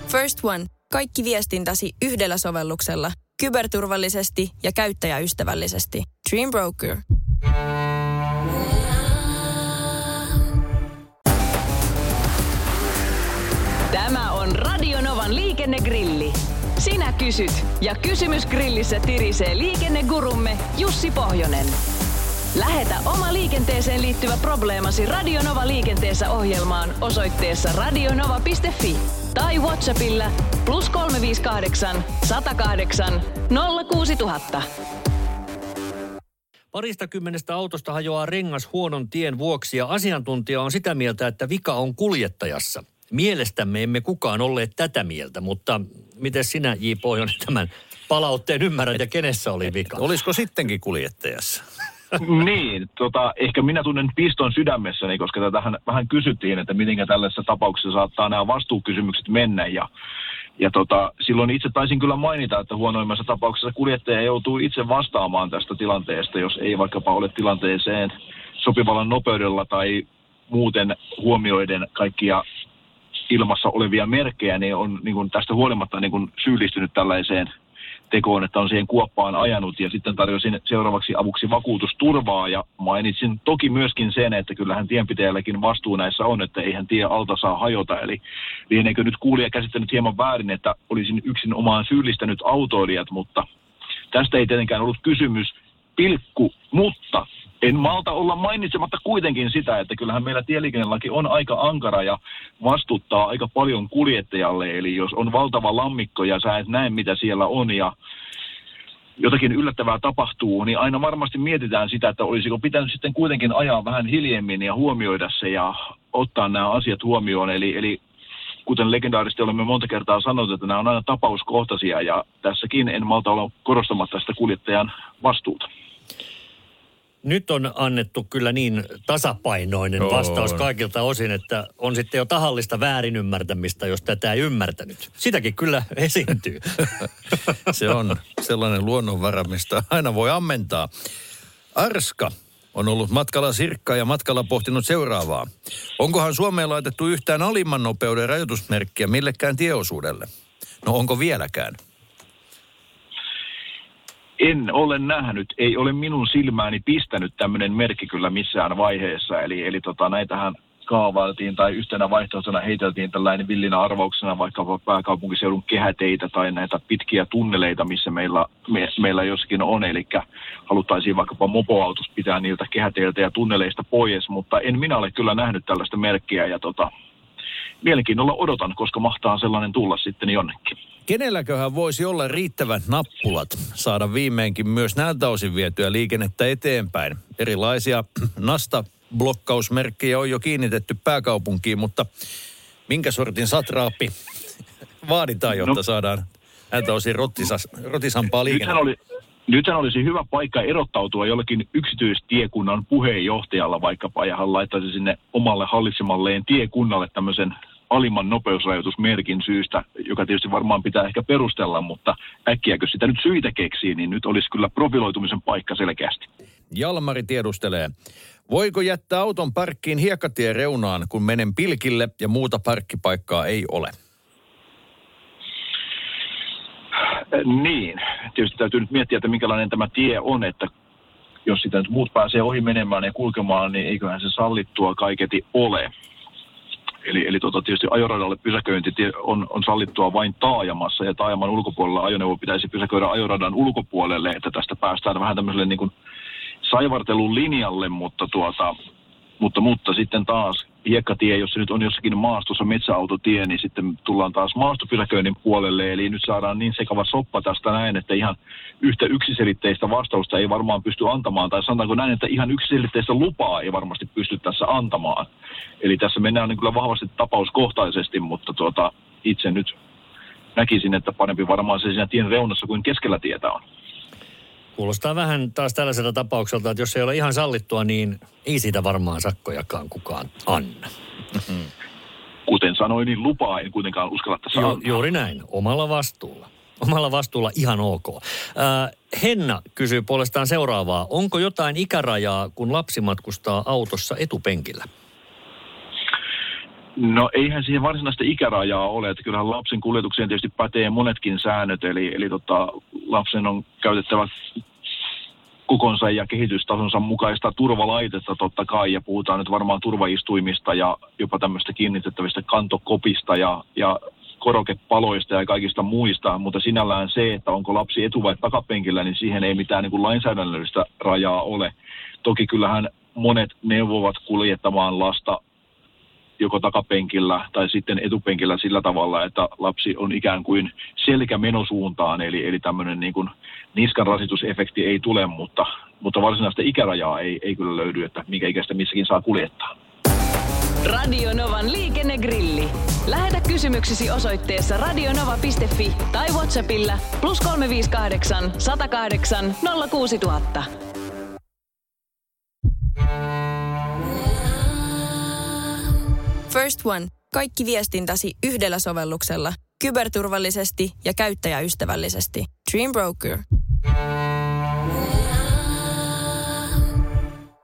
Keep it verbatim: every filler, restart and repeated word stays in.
First One. Kaikki viestintäsi yhdellä sovelluksella. Kyberturvallisesti ja käyttäjäystävällisesti. Dream Broker. Tämä on Radio Novan liikennegrilli. Sinä kysyt ja kysymys grillissä tirisee liikennegurumme Jussi Pohjonen. Lähetä oma liikenteeseen liittyvä probleemasi Radio Nova liikenteessä ohjelmaan osoitteessa radionova piste fi tai WhatsAppilla plus kolme viisi kahdeksan, sata kahdeksan, nolla kuusi tuhatta. Parista kymmenestä autosta hajoaa rengas huonon tien vuoksi ja asiantuntija on sitä mieltä, että vika on kuljettajassa. Mielestämme emme kukaan olleet tätä mieltä, mutta miten sinä, J. Pohjonen, tämän palautteen ymmärrät ja kenessä oli vika? Olisiko sittenkin kuljettajassa? Niin, tota, ehkä minä tunnen piston sydämessäni, koska tätähän vähän kysyttiin, että miten tällaisessa tapauksessa saattaa nämä vastuukysymykset mennä. Ja, ja tota, silloin itse taisin kyllä mainita, että huonoimmassa tapauksessa kuljettaja joutuu itse vastaamaan tästä tilanteesta, jos ei vaikkapa ole tilanteeseen sopivalla nopeudella tai muuten huomioiden kaikkia ilmassa olevia merkkejä, niin on niin kuin tästä huolimatta niin kuin syyllistynyt tällaiseen tekoon, että on siihen kuoppaan ajanut ja sitten tarjosin seuraavaksi avuksi vakuutusturvaa ja mainitsin toki myöskin sen, että kyllähän tienpitäjälläkin vastuu näissä on, että eihän tie alta saa hajota. Eli lieneekö nyt kuulija käsittänyt hieman väärin, että olisin yksin omaan syyllistänyt autoilijat, mutta tästä ei tietenkään ollut kysymys, pilkku, mutta en malta olla mainitsematta kuitenkin sitä, että kyllähän meillä tieliikennelaki on aika ankara ja vastuttaa aika paljon kuljettajalle. Eli jos on valtava lammikko ja sä et näe mitä siellä on ja jotakin yllättävää tapahtuu, niin aina varmasti mietitään sitä, että olisiko pitänyt sitten kuitenkin ajaa vähän hiljemmin ja huomioida se ja ottaa nämä asiat huomioon. Eli, eli kuten legendaarisesti olemme monta kertaa sanoneet, että nämä on aina tapauskohtaisia ja tässäkin en malta olla korostamatta sitä kuljettajan vastuuta. Nyt on annettu kyllä niin tasapainoinen Joo, vastaus on. kaikilta osin, että on sitten jo tahallista väärinymmärtämistä, jos tätä ei ymmärtänyt. Sitäkin kyllä esiintyy. Se on sellainen luonnonvara, mistä aina voi ammentaa. Arska on ollut matkalla Sirkkaan ja matkalla pohtinut seuraavaa. Onkohan Suomeen laitettu yhtään alimman nopeuden rajoitusmerkkiä millekään tieosuudelle? No onko vieläkään? En ole nähnyt, ei ole minun silmääni pistänyt tämmöinen merkki kyllä missään vaiheessa. Eli, eli tota, näitähän kaavailtiin tai yhtenä vaihtoehtona heiteltiin tällainen villinä arvauksena vaikka pääkaupunkiseudun kehäteitä tai näitä pitkiä tunneleita, missä meillä, me, meillä jossakin on. Eli haluttaisiin vaikkapa mopoautos pitää niiltä kehäteiltä ja tunneleista pois, mutta en minä ole kyllä nähnyt tällaista merkkiä ja tota, mielenkiinnolla odotan, koska mahtaa sellainen tulla sitten jonnekin. Kenelläköhän voisi olla riittävät nappulat saada viimeinkin myös näiltä osin vietyä liikennettä eteenpäin? Erilaisia nastablokkausmerkkejä on jo kiinnitetty pääkaupunkiin, mutta minkä sortin satraappi vaaditaan, jotta no, saadaan näiltä osin rotisas, rotisampaa liikennettä? Nythän, oli, nythän olisi hyvä paikka erottautua jollakin yksityistiekunnan puheenjohtajalla vaikkapa, ja hän laittaisi sinne omalle hallitsemalleen tiekunnalle tämmöisen alimman nopeusrajoitusmerkin syystä, joka tietysti varmaan pitää ehkä perustella, mutta äkkiäkö sitä nyt syitä keksii, niin nyt olisi kyllä profiloitumisen paikka selkeästi. Jalmari tiedustelee, voiko jättää auton parkkiin hiekkatien reunaan, kun menen pilkille ja muuta parkkipaikkaa ei ole? Niin, tietysti täytyy nyt miettiä, että minkälainen tämä tie on, että jos sitä nyt muut pääsee ohi menemään ja kulkemaan, niin eiköhän se sallittua kaiketi ole. Eli, eli tota, tietysti ajoradalle pysäköinti on, on sallittua vain taajamassa ja taajaman ulkopuolella ajoneuvo pitäisi pysäköidä ajoradan ulkopuolelle, että tästä päästään vähän tämmöiselle niin kuin saivartelun linjalle, mutta, tuota, mutta, mutta sitten taas hiekkatie, jos se nyt on jossakin maastossa metsäautotie, niin sitten tullaan taas maastopysäköinnin puolelle, eli nyt saadaan niin sekava soppa tästä näin, että ihan yhtä yksiselitteistä vastausta ei varmaan pysty antamaan, tai sanotaanko näin, että ihan yksiselitteistä lupaa ei varmasti pysty tässä antamaan. Eli tässä mennään niin kyllä vahvasti tapauskohtaisesti, mutta tuota, itse nyt näkisin, että parempi varmaan se siinä tien reunassa kuin keskellä tietä on. Kuulostaa vähän taas tällaiselta tapaukselta, että jos ei ole ihan sallittua, niin ei siitä varmaan sakkojakaan kukaan anna. Mm-hmm. Kuten sanoin, niin lupaa en kuitenkaan uskalla tässä Ju- antaa. Juuri näin, omalla vastuulla. Omalla vastuulla ihan ok. Äh, Henna kysyy puolestaan seuraavaa. Onko jotain ikärajaa, kun lapsi matkustaa autossa etupenkillä? No eihän siihen varsinaista ikärajaa ole, että kyllähän lapsen kuljetukseen tietysti pätee monetkin säännöt, eli, eli tota, lapsen on käytettävä kokonsa ja kehitystasonsa mukaista turvalaitetta totta kai, ja puhutaan nyt varmaan turvaistuimista ja jopa tämmöistä kiinnitettävistä kantokopista ja, ja korokepaloista ja kaikista muista, mutta sinällään se, että onko lapsi etu- vai takapenkillä, niin siihen ei mitään niin kuin lainsäädännöllistä rajaa ole. Toki kyllähän monet neuvovat kuljettamaan lasta joko takapenkillä tai sitten etupenkillä sillä tavalla, että lapsi on ikään kuin selkä menosuuntaan, eli, eli tämmöinen niin kuin niskan rasitusefekti ei tule, mutta, mutta varsinaista ikärajaa ei, ei kyllä löydy, että mikä ikäistä missäkin saa kuljettaa. Radio Novan liikennegrilli. Lähetä kysymyksesi osoitteessa radionova piste fi tai WhatsAppilla plus kolme viisi kahdeksan, sata kahdeksan, nolla kuusi tuhatta. First One. Kaikki viestintäsi yhdellä sovelluksella. Kyberturvallisesti ja käyttäjäystävällisesti. Dream Broker.